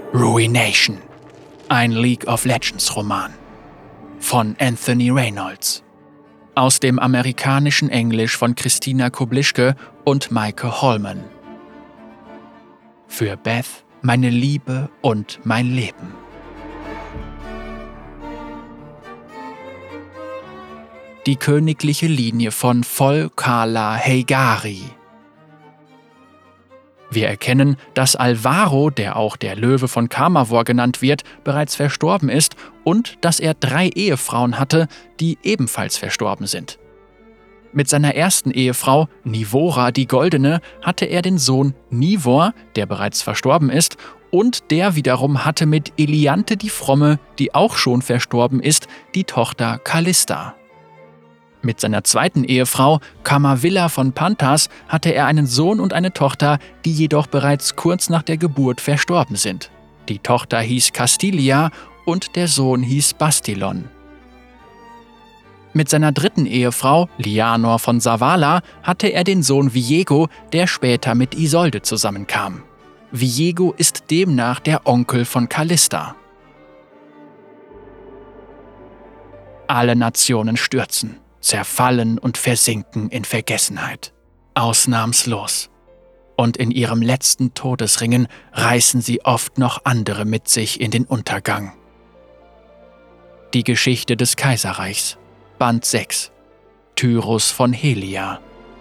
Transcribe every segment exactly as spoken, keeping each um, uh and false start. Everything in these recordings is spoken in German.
Ruination, ein League of Legends Roman von Anthony Reynolds. Aus dem amerikanischen Englisch von Christina Koblischke und Maike Hollman. Für Beth, meine Liebe und mein Leben. Die königliche Linie von Vol Kala Heigari. Wir erkennen, dass Alvaro, der auch der Löwe von Camavor genannt wird, bereits verstorben ist und dass er drei Ehefrauen hatte, die ebenfalls verstorben sind. Mit seiner ersten Ehefrau, Nivora die Goldene, hatte er den Sohn Nivor, der bereits verstorben ist, und der wiederum hatte mit Eliante die Fromme, die auch schon verstorben ist, die Tochter Callista. Mit seiner zweiten Ehefrau, Camavilla von Pantas, hatte er einen Sohn und eine Tochter, die jedoch bereits kurz nach der Geburt verstorben sind. Die Tochter hieß Castilia und der Sohn hieß Bastilon. Mit seiner dritten Ehefrau, Lianor von Zavala, hatte er den Sohn Viego, der später mit Isolde zusammenkam. Viego ist demnach der Onkel von Callista. Alle Nationen stürzen, zerfallen und versinken in Vergessenheit. Ausnahmslos. Und in ihrem letzten Todesringen reißen sie oft noch andere mit sich in den Untergang. Die Geschichte des Kaiserreichs, Band sechs, Tyrus von Helia.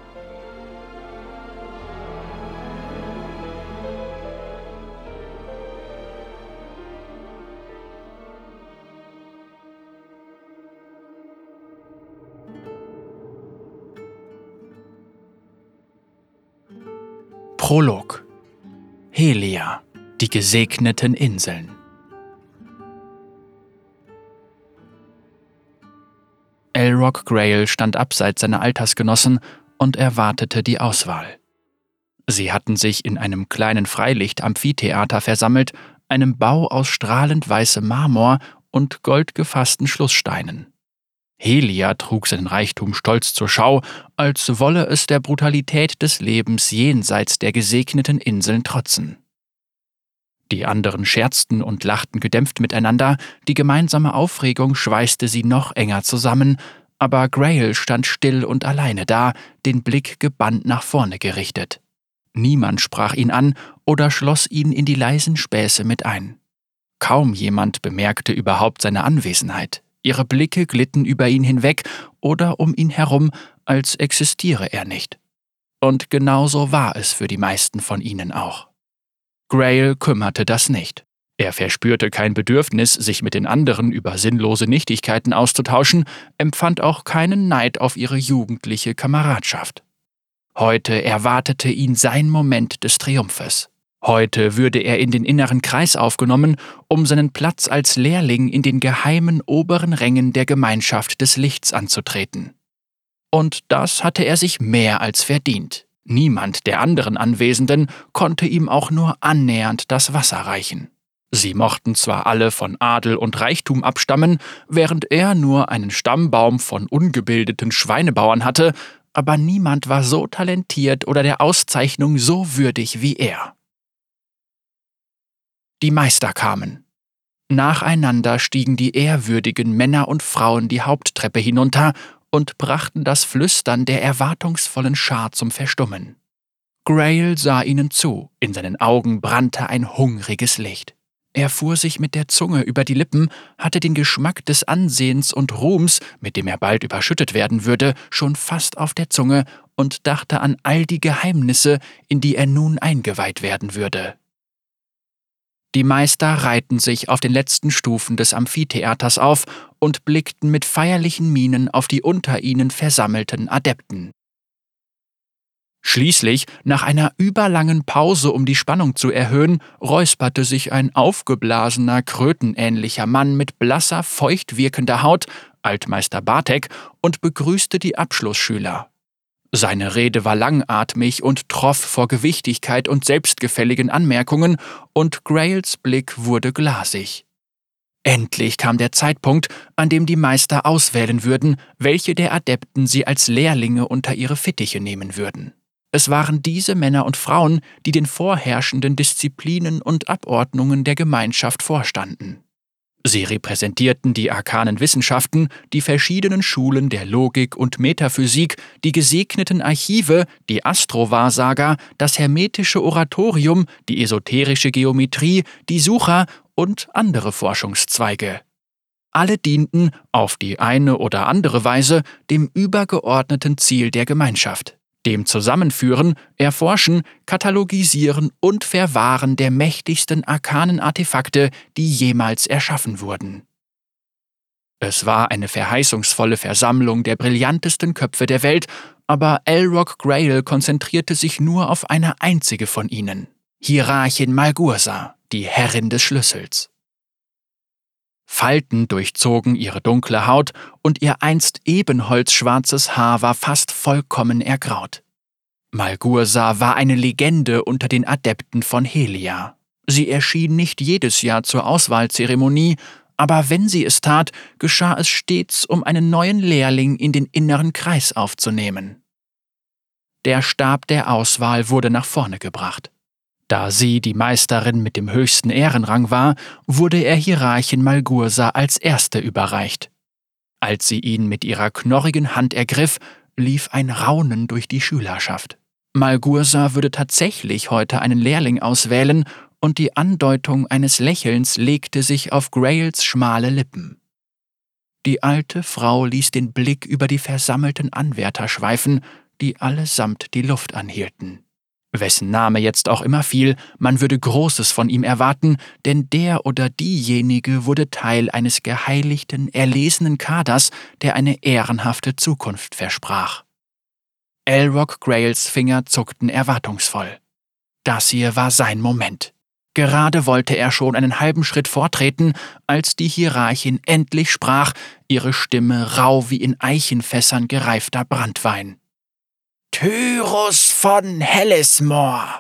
Prolog. Helia, die gesegneten Inseln. Elrock Grail stand abseits seiner Altersgenossen und erwartete die Auswahl. Sie hatten sich in einem kleinen Freilicht-Amphitheater versammelt, einem Bau aus strahlend weißem Marmor und goldgefassten Schlusssteinen. Helia trug seinen Reichtum stolz zur Schau, als wolle es der Brutalität des Lebens jenseits der gesegneten Inseln trotzen. Die anderen scherzten und lachten gedämpft miteinander, die gemeinsame Aufregung schweißte sie noch enger zusammen, aber Grail stand still und alleine da, den Blick gebannt nach vorne gerichtet. Niemand sprach ihn an oder schloss ihn in die leisen Späße mit ein. Kaum jemand bemerkte überhaupt seine Anwesenheit. Ihre Blicke glitten über ihn hinweg oder um ihn herum, als existiere er nicht. Und genauso war es für die meisten von ihnen auch. Grail kümmerte das nicht. Er verspürte kein Bedürfnis, sich mit den anderen über sinnlose Nichtigkeiten auszutauschen, empfand auch keinen Neid auf ihre jugendliche Kameradschaft. Heute erwartete ihn sein Moment des Triumphes. Heute würde er in den inneren Kreis aufgenommen, um seinen Platz als Lehrling in den geheimen oberen Rängen der Gemeinschaft des Lichts anzutreten. Und das hatte er sich mehr als verdient. Niemand der anderen Anwesenden konnte ihm auch nur annähernd das Wasser reichen. Sie mochten zwar alle von Adel und Reichtum abstammen, während er nur einen Stammbaum von ungebildeten Schweinebauern hatte, aber niemand war so talentiert oder der Auszeichnung so würdig wie er. Die Meister kamen. Nacheinander stiegen die ehrwürdigen Männer und Frauen die Haupttreppe hinunter und brachten das Flüstern der erwartungsvollen Schar zum Verstummen. Grail sah ihnen zu, in seinen Augen brannte ein hungriges Licht. Er fuhr sich mit der Zunge über die Lippen, hatte den Geschmack des Ansehens und Ruhms, mit dem er bald überschüttet werden würde, schon fast auf der Zunge und dachte an all die Geheimnisse, in die er nun eingeweiht werden würde. Die Meister reihten sich auf den letzten Stufen des Amphitheaters auf und blickten mit feierlichen Mienen auf die unter ihnen versammelten Adepten. Schließlich, nach einer überlangen Pause, um die Spannung zu erhöhen, räusperte sich ein aufgeblasener, krötenähnlicher Mann mit blasser, feucht wirkender Haut, Altmeister Bartek, und begrüßte die Abschlussschüler. Seine Rede war langatmig und troff vor Gewichtigkeit und selbstgefälligen Anmerkungen, und Grails Blick wurde glasig. Endlich kam der Zeitpunkt, an dem die Meister auswählen würden, welche der Adepten sie als Lehrlinge unter ihre Fittiche nehmen würden. Es waren diese Männer und Frauen, die den vorherrschenden Disziplinen und Abordnungen der Gemeinschaft vorstanden. Sie repräsentierten die arkanen Wissenschaften, die verschiedenen Schulen der Logik und Metaphysik, die gesegneten Archive, die Astrowahrsager, das hermetische Oratorium, die esoterische Geometrie, die Sucher und andere Forschungszweige. Alle dienten, auf die eine oder andere Weise, dem übergeordneten Ziel der Gemeinschaft, dem Zusammenführen, Erforschen, Katalogisieren und Verwahren der mächtigsten arkanen Artefakte, die jemals erschaffen wurden. Es war eine verheißungsvolle Versammlung der brillantesten Köpfe der Welt, aber Elrock Grail konzentrierte sich nur auf eine einzige von ihnen, Hierarchin Malgursa, die Herrin des Schlüssels. Falten durchzogen ihre dunkle Haut und ihr einst ebenholzschwarzes Haar war fast vollkommen ergraut. Malgursa war eine Legende unter den Adepten von Helia. Sie erschien nicht jedes Jahr zur Auswahlzeremonie, aber wenn sie es tat, geschah es stets, um einen neuen Lehrling in den inneren Kreis aufzunehmen. Der Stab der Auswahl wurde nach vorne gebracht. Da sie die Meisterin mit dem höchsten Ehrenrang war, wurde er Hierarchin Malgursa als Erste überreicht. Als sie ihn mit ihrer knorrigen Hand ergriff, lief ein Raunen durch die Schülerschaft. Malgursa würde tatsächlich heute einen Lehrling auswählen, und die Andeutung eines Lächelns legte sich auf Grails schmale Lippen. Die alte Frau ließ den Blick über die versammelten Anwärter schweifen, die allesamt die Luft anhielten. Wessen Name jetzt auch immer fiel, man würde Großes von ihm erwarten, denn der oder diejenige wurde Teil eines geheiligten, erlesenen Kaders, der eine ehrenhafte Zukunft versprach. Elrock Grails Finger zuckten erwartungsvoll. Das hier war sein Moment. Gerade wollte er schon einen halben Schritt vortreten, als die Hierarchin endlich sprach, ihre Stimme rau wie in Eichenfässern gereifter Branntwein. »Tyrus von Hellismore!«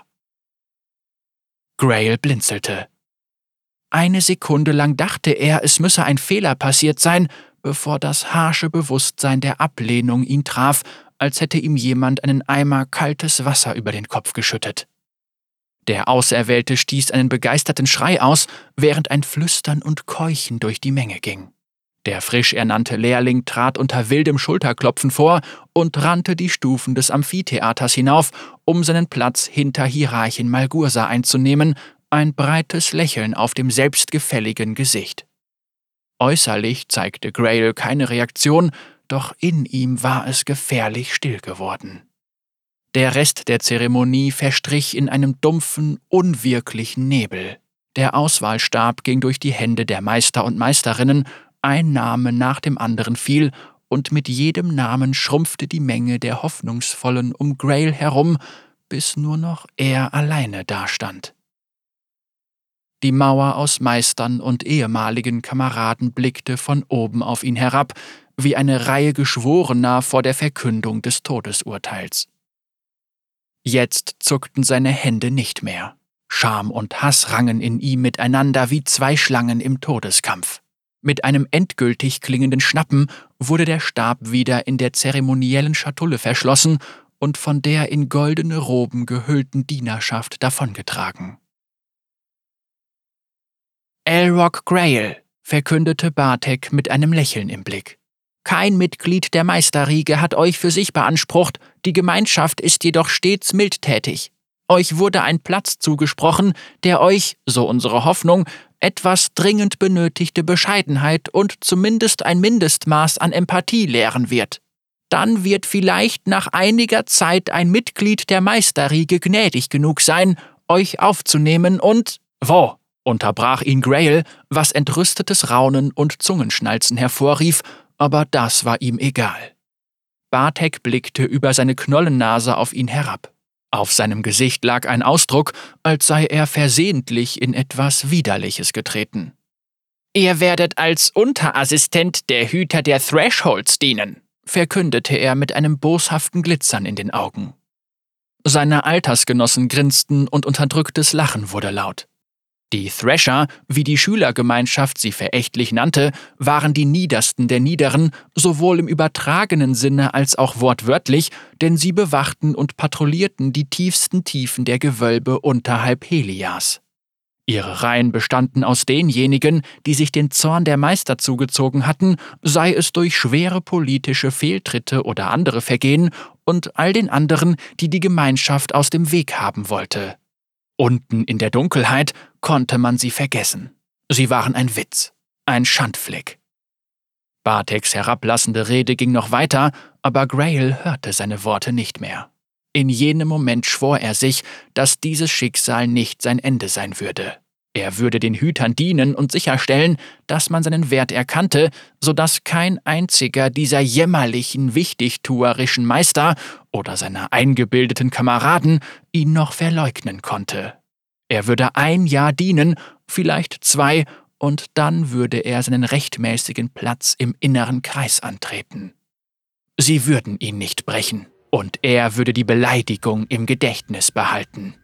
Grail blinzelte. Eine Sekunde lang dachte er, es müsse ein Fehler passiert sein, bevor das harsche Bewusstsein der Ablehnung ihn traf, als hätte ihm jemand einen Eimer kaltes Wasser über den Kopf geschüttet. Der Auserwählte stieß einen begeisterten Schrei aus, während ein Flüstern und Keuchen durch die Menge ging. Der frisch ernannte Lehrling trat unter wildem Schulterklopfen vor und rannte die Stufen des Amphitheaters hinauf, um seinen Platz hinter Hierarchin Malgursa einzunehmen, ein breites Lächeln auf dem selbstgefälligen Gesicht. Äußerlich zeigte Grail keine Reaktion, doch in ihm war es gefährlich still geworden. Der Rest der Zeremonie verstrich in einem dumpfen, unwirklichen Nebel. Der Auswahlstab ging durch die Hände der Meister und Meisterinnen, ein Name nach dem anderen fiel, und mit jedem Namen schrumpfte die Menge der Hoffnungsvollen um Grail herum, bis nur noch er alleine dastand. Die Mauer aus Meistern und ehemaligen Kameraden blickte von oben auf ihn herab, wie eine Reihe Geschworener vor der Verkündung des Todesurteils. Jetzt zuckten seine Hände nicht mehr. Scham und Hass rangen in ihm miteinander wie zwei Schlangen im Todeskampf. Mit einem endgültig klingenden Schnappen wurde der Stab wieder in der zeremoniellen Schatulle verschlossen und von der in goldene Roben gehüllten Dienerschaft davongetragen. »Elrock Grail«, verkündete Bartek mit einem Lächeln im Blick. »Kein Mitglied der Meisterriege hat euch für sich beansprucht, die Gemeinschaft ist jedoch stets mildtätig. Euch wurde ein Platz zugesprochen, der euch, so unsere Hoffnung, etwas dringend benötigte Bescheidenheit und zumindest ein Mindestmaß an Empathie lehren wird. Dann wird vielleicht nach einiger Zeit ein Mitglied der Meisterriege gnädig genug sein, euch aufzunehmen und...« »Wo?« unterbrach ihn Grail, was entrüstetes Raunen und Zungenschnalzen hervorrief, aber das war ihm egal. Bartek blickte über seine Knollennase auf ihn herab. Auf seinem Gesicht lag ein Ausdruck, als sei er versehentlich in etwas Widerliches getreten. »Ihr werdet als Unterassistent der Hüter der Thresholds dienen«, verkündete er mit einem boshaften Glitzern in den Augen. Seine Altersgenossen grinsten und unterdrücktes Lachen wurde laut. Die Thresher, wie die Schülergemeinschaft sie verächtlich nannte, waren die Niedersten der Niederen, sowohl im übertragenen Sinne als auch wortwörtlich, denn sie bewachten und patrouillierten die tiefsten Tiefen der Gewölbe unterhalb Helias. Ihre Reihen bestanden aus denjenigen, die sich den Zorn der Meister zugezogen hatten, sei es durch schwere politische Fehltritte oder andere Vergehen, und all den anderen, die die Gemeinschaft aus dem Weg haben wollte. Unten in der Dunkelheit konnte man sie vergessen. Sie waren ein Witz, ein Schandfleck. Barteks herablassende Rede ging noch weiter, aber Grail hörte seine Worte nicht mehr. In jenem Moment schwor er sich, dass dieses Schicksal nicht sein Ende sein würde. Er würde den Hütern dienen und sicherstellen, dass man seinen Wert erkannte, sodass kein einziger dieser jämmerlichen, wichtigtuerischen Meister oder seiner eingebildeten Kameraden ihn noch verleugnen konnte. Er würde ein Jahr dienen, vielleicht zwei, und dann würde er seinen rechtmäßigen Platz im inneren Kreis antreten. Sie würden ihn nicht brechen, und er würde die Beleidigung im Gedächtnis behalten.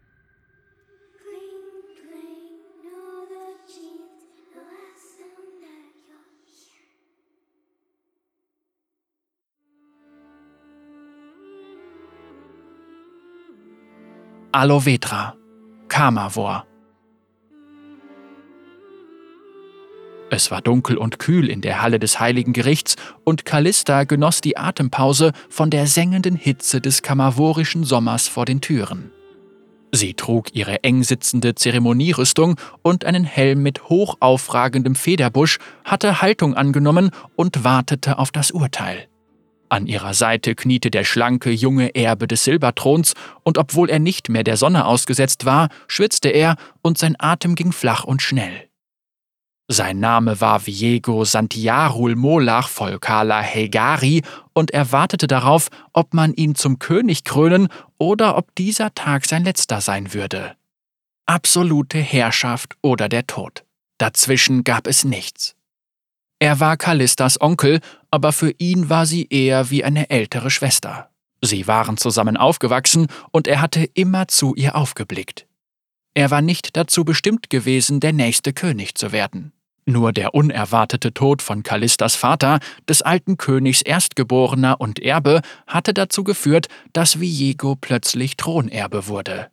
Alovetra, Kamavor. Es war dunkel und kühl in der Halle des Heiligen Gerichts, und Callista genoss die Atempause von der sengenden Hitze des kamavorischen Sommers vor den Türen. Sie trug ihre eng sitzende Zeremonierüstung und einen Helm mit hoch aufragendem Federbusch, hatte Haltung angenommen und wartete auf das Urteil. An ihrer Seite kniete der schlanke, junge Erbe des Silberthrons, und obwohl er nicht mehr der Sonne ausgesetzt war, schwitzte er, und sein Atem ging flach und schnell. Sein Name war Viego Santiarul Molach Volkala Hegari, und er wartete darauf, ob man ihn zum König krönen oder ob dieser Tag sein letzter sein würde. Absolute Herrschaft oder der Tod. Dazwischen gab es nichts. Er war Callistas Onkel, aber für ihn war sie eher wie eine ältere Schwester. Sie waren zusammen aufgewachsen, und er hatte immer zu ihr aufgeblickt. Er war nicht dazu bestimmt gewesen, der nächste König zu werden. Nur der unerwartete Tod von Callistas Vater, des alten Königs Erstgeborener und Erbe, hatte dazu geführt, dass Viego plötzlich Thronerbe wurde.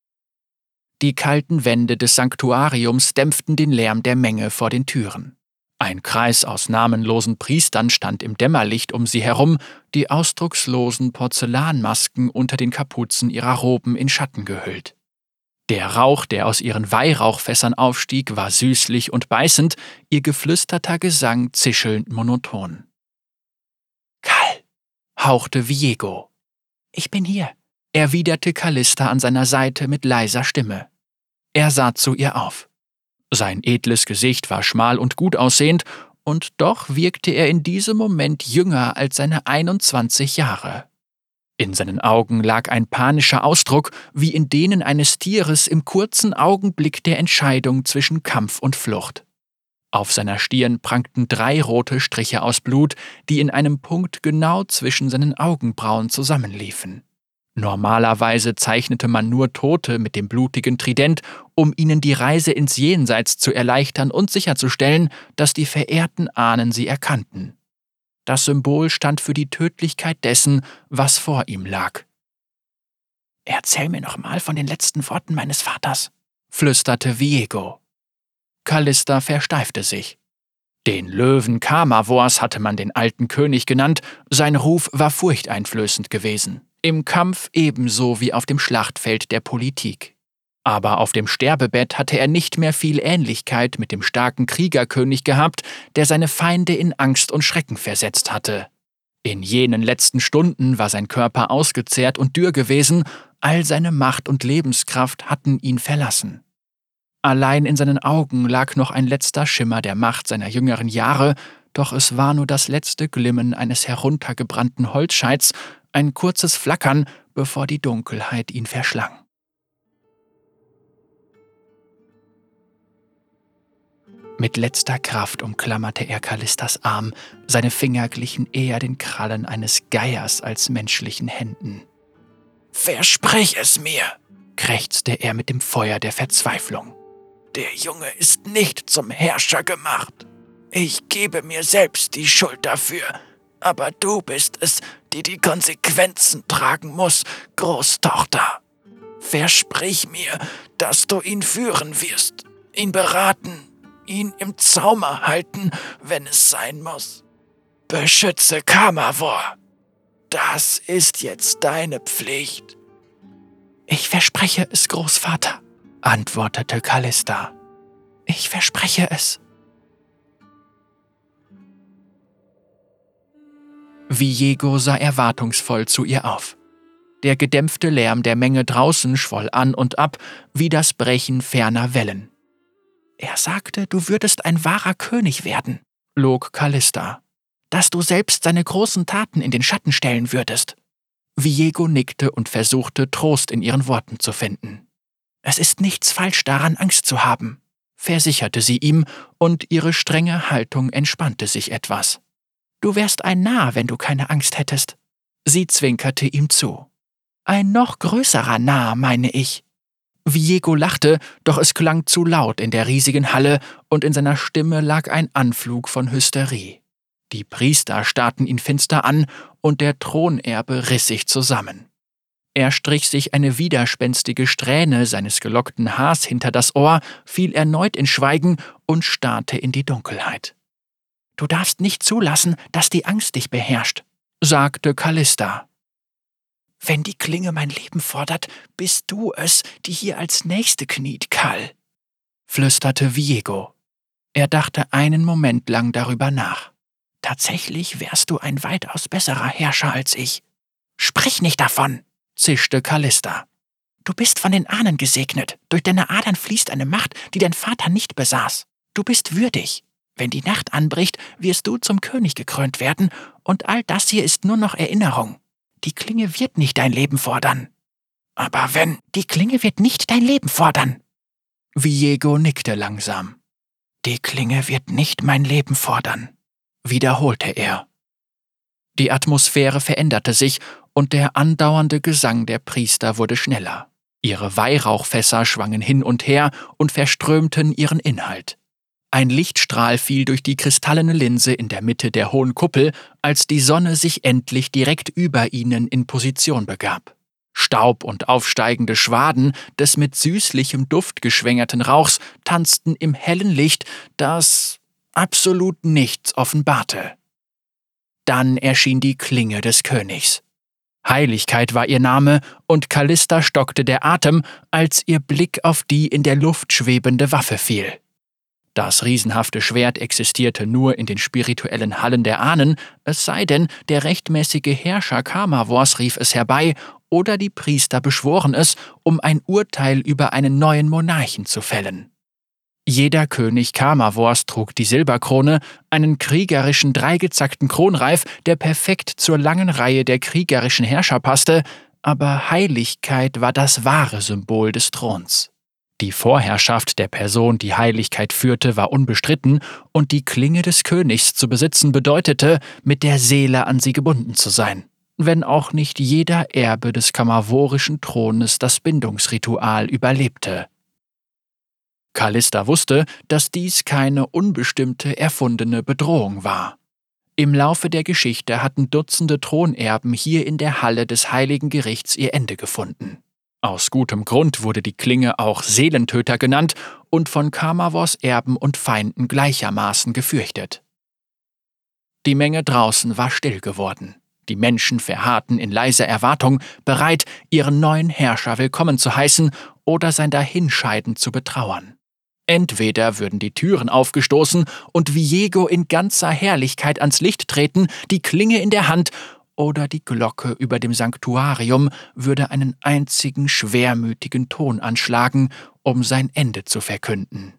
Die kalten Wände des Sanktuariums dämpften den Lärm der Menge vor den Türen. Ein Kreis aus namenlosen Priestern stand im Dämmerlicht um sie herum, die ausdruckslosen Porzellanmasken unter den Kapuzen ihrer Roben in Schatten gehüllt. Der Rauch, der aus ihren Weihrauchfässern aufstieg, war süßlich und beißend, ihr geflüsterter Gesang zischelnd monoton. »Kal«, hauchte Viego. »Ich bin hier«, erwiderte Callista an seiner Seite mit leiser Stimme. Er sah zu ihr auf. Sein edles Gesicht war schmal und gut aussehend, und doch wirkte er in diesem Moment jünger als seine einundzwanzig Jahre. In seinen Augen lag ein panischer Ausdruck, wie in denen eines Tieres im kurzen Augenblick der Entscheidung zwischen Kampf und Flucht. Auf seiner Stirn prangten drei rote Striche aus Blut, die in einem Punkt genau zwischen seinen Augenbrauen zusammenliefen. Normalerweise zeichnete man nur Tote mit dem blutigen Trident, um ihnen die Reise ins Jenseits zu erleichtern und sicherzustellen, dass die verehrten Ahnen sie erkannten. Das Symbol stand für die Tödlichkeit dessen, was vor ihm lag. »Erzähl mir noch mal von den letzten Worten meines Vaters«, flüsterte Viego. Callista versteifte sich. Den Löwen Kamavors hatte man den alten König genannt, sein Ruf war furchteinflößend gewesen. Im Kampf ebenso wie auf dem Schlachtfeld der Politik. Aber auf dem Sterbebett hatte er nicht mehr viel Ähnlichkeit mit dem starken Kriegerkönig gehabt, der seine Feinde in Angst und Schrecken versetzt hatte. In jenen letzten Stunden war sein Körper ausgezehrt und dürr gewesen, all seine Macht und Lebenskraft hatten ihn verlassen. Allein in seinen Augen lag noch ein letzter Schimmer der Macht seiner jüngeren Jahre, doch es war nur das letzte Glimmen eines heruntergebrannten Holzscheits, ein kurzes Flackern, bevor die Dunkelheit ihn verschlang. Mit letzter Kraft umklammerte er Callistas Arm, seine Finger glichen eher den Krallen eines Geiers als menschlichen Händen. »Versprich es mir«, krächzte er mit dem Feuer der Verzweiflung. Der Junge ist nicht zum Herrscher gemacht. Ich gebe mir selbst die Schuld dafür, aber du bist es, die die Konsequenzen tragen muss, Großtochter. Versprich mir, dass du ihn führen wirst, ihn beraten, ihn im Zaume halten, wenn es sein muss. Beschütze Kammervor. Das ist jetzt deine Pflicht.« »Ich verspreche es, Großvater«, antwortete Callista. »Ich verspreche es.« Viego sah erwartungsvoll zu ihr auf. Der gedämpfte Lärm der Menge draußen schwoll an und ab, wie das Brechen ferner Wellen. »Er sagte, du würdest ein wahrer König werden«, log Callista, »dass du selbst seine großen Taten in den Schatten stellen würdest.« Viego nickte und versuchte, Trost in ihren Worten zu finden. »Es ist nichts falsch daran, Angst zu haben«, versicherte sie ihm, und ihre strenge Haltung entspannte sich etwas. »Du wärst ein Narr, wenn du keine Angst hättest.« Sie zwinkerte ihm zu. »Ein noch größerer Narr, meine ich.« Viego lachte, doch es klang zu laut in der riesigen Halle, und in seiner Stimme lag ein Anflug von Hysterie. Die Priester starrten ihn finster an, und der Thronerbe riss sich zusammen. Er strich sich eine widerspenstige Strähne seines gelockten Haars hinter das Ohr, fiel erneut in Schweigen und starrte in die Dunkelheit. »Du darfst nicht zulassen, dass die Angst dich beherrscht«, sagte Callista. »Wenn die Klinge mein Leben fordert, bist du es, die hier als Nächste kniet, Kall«, flüsterte Viego. Er dachte einen Moment lang darüber nach. »Tatsächlich wärst du ein weitaus besserer Herrscher als ich.« »Sprich nicht davon«, zischte Callista. »Du bist von den Ahnen gesegnet. Durch deine Adern fließt eine Macht, die dein Vater nicht besaß. Du bist würdig. Wenn die Nacht anbricht, wirst du zum König gekrönt werden, und all das hier ist nur noch Erinnerung. Die Klinge wird nicht dein Leben fordern.« »Aber wenn, die Klinge wird nicht dein Leben fordern.« Viego nickte langsam. »Die Klinge wird nicht mein Leben fordern«, wiederholte er. Die Atmosphäre veränderte sich, und der andauernde Gesang der Priester wurde schneller. Ihre Weihrauchfässer schwangen hin und her und verströmten ihren Inhalt. Ein Lichtstrahl fiel durch die kristallene Linse in der Mitte der hohen Kuppel, als die Sonne sich endlich direkt über ihnen in Position begab. Staub und aufsteigende Schwaden des mit süßlichem Duft geschwängerten Rauchs tanzten im hellen Licht, das absolut nichts offenbarte. Dann erschien die Klinge des Königs. Heiligkeit war ihr Name, und Callista stockte der Atem, als ihr Blick auf die in der Luft schwebende Waffe fiel. Das riesenhafte Schwert existierte nur in den spirituellen Hallen der Ahnen, es sei denn, der rechtmäßige Herrscher Kammervors rief es herbei, oder die Priester beschworen es, um ein Urteil über einen neuen Monarchen zu fällen. Jeder König Kammervors trug die Silberkrone, einen kriegerischen dreigezackten Kronreif, der perfekt zur langen Reihe der kriegerischen Herrscher passte, aber Heiligkeit war das wahre Symbol des Throns. Die Vorherrschaft der Person, die Heiligkeit führte, war unbestritten, und die Klinge des Königs zu besitzen bedeutete, mit der Seele an sie gebunden zu sein, wenn auch nicht jeder Erbe des kammervorischen Thrones das Bindungsritual überlebte. Callista wusste, dass dies keine unbestimmte, erfundene Bedrohung war. Im Laufe der Geschichte hatten Dutzende Thronerben hier in der Halle des Heiligen Gerichts ihr Ende gefunden. Aus gutem Grund wurde die Klinge auch Seelentöter genannt und von Kammervors Erben und Feinden gleichermaßen gefürchtet. Die Menge draußen war still geworden. Die Menschen verharrten in leiser Erwartung, bereit, ihren neuen Herrscher willkommen zu heißen oder sein Dahinscheiden zu betrauern. Entweder würden die Türen aufgestoßen und Viego in ganzer Herrlichkeit ans Licht treten, die Klinge in der Hand, oder die Glocke über dem Sanktuarium würde einen einzigen schwermütigen Ton anschlagen, um sein Ende zu verkünden.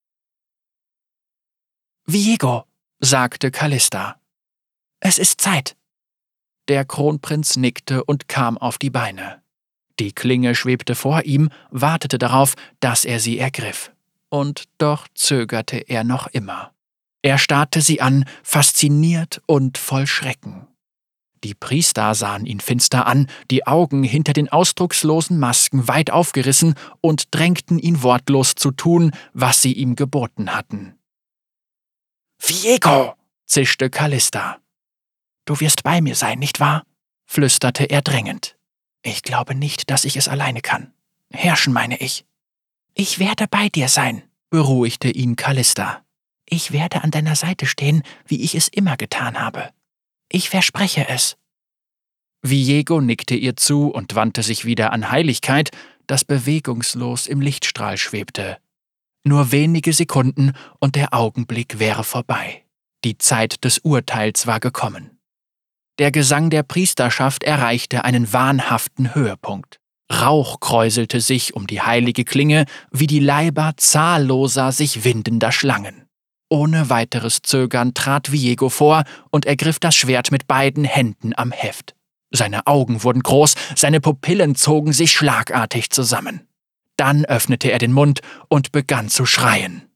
»Viego«, sagte Callista. »Es ist Zeit.« Der Kronprinz nickte und kam auf die Beine. Die Klinge schwebte vor ihm, wartete darauf, dass er sie ergriff. Und doch zögerte er noch immer. Er starrte sie an, fasziniert und voll Schrecken. Die Priester sahen ihn finster an, die Augen hinter den ausdruckslosen Masken weit aufgerissen und drängten ihn wortlos zu tun, was sie ihm geboten hatten. »Viego«, zischte Callista. »Du wirst bei mir sein, nicht wahr?« flüsterte er drängend. »Ich glaube nicht, dass ich es alleine kann. Herrschen, meine ich.« »Ich werde bei dir sein«, beruhigte ihn Callista. »Ich werde an deiner Seite stehen, wie ich es immer getan habe. Ich verspreche es.« Viego nickte ihr zu und wandte sich wieder an Heiligkeit, das bewegungslos im Lichtstrahl schwebte. Nur wenige Sekunden und der Augenblick wäre vorbei. Die Zeit des Urteils war gekommen. Der Gesang der Priesterschaft erreichte einen wahnhaften Höhepunkt. Rauch kräuselte sich um die heilige Klinge wie die Leiber zahlloser, sich windender Schlangen. Ohne weiteres Zögern trat Viego vor und ergriff das Schwert mit beiden Händen am Heft. Seine Augen wurden groß, seine Pupillen zogen sich schlagartig zusammen. Dann öffnete er den Mund und begann zu schreien.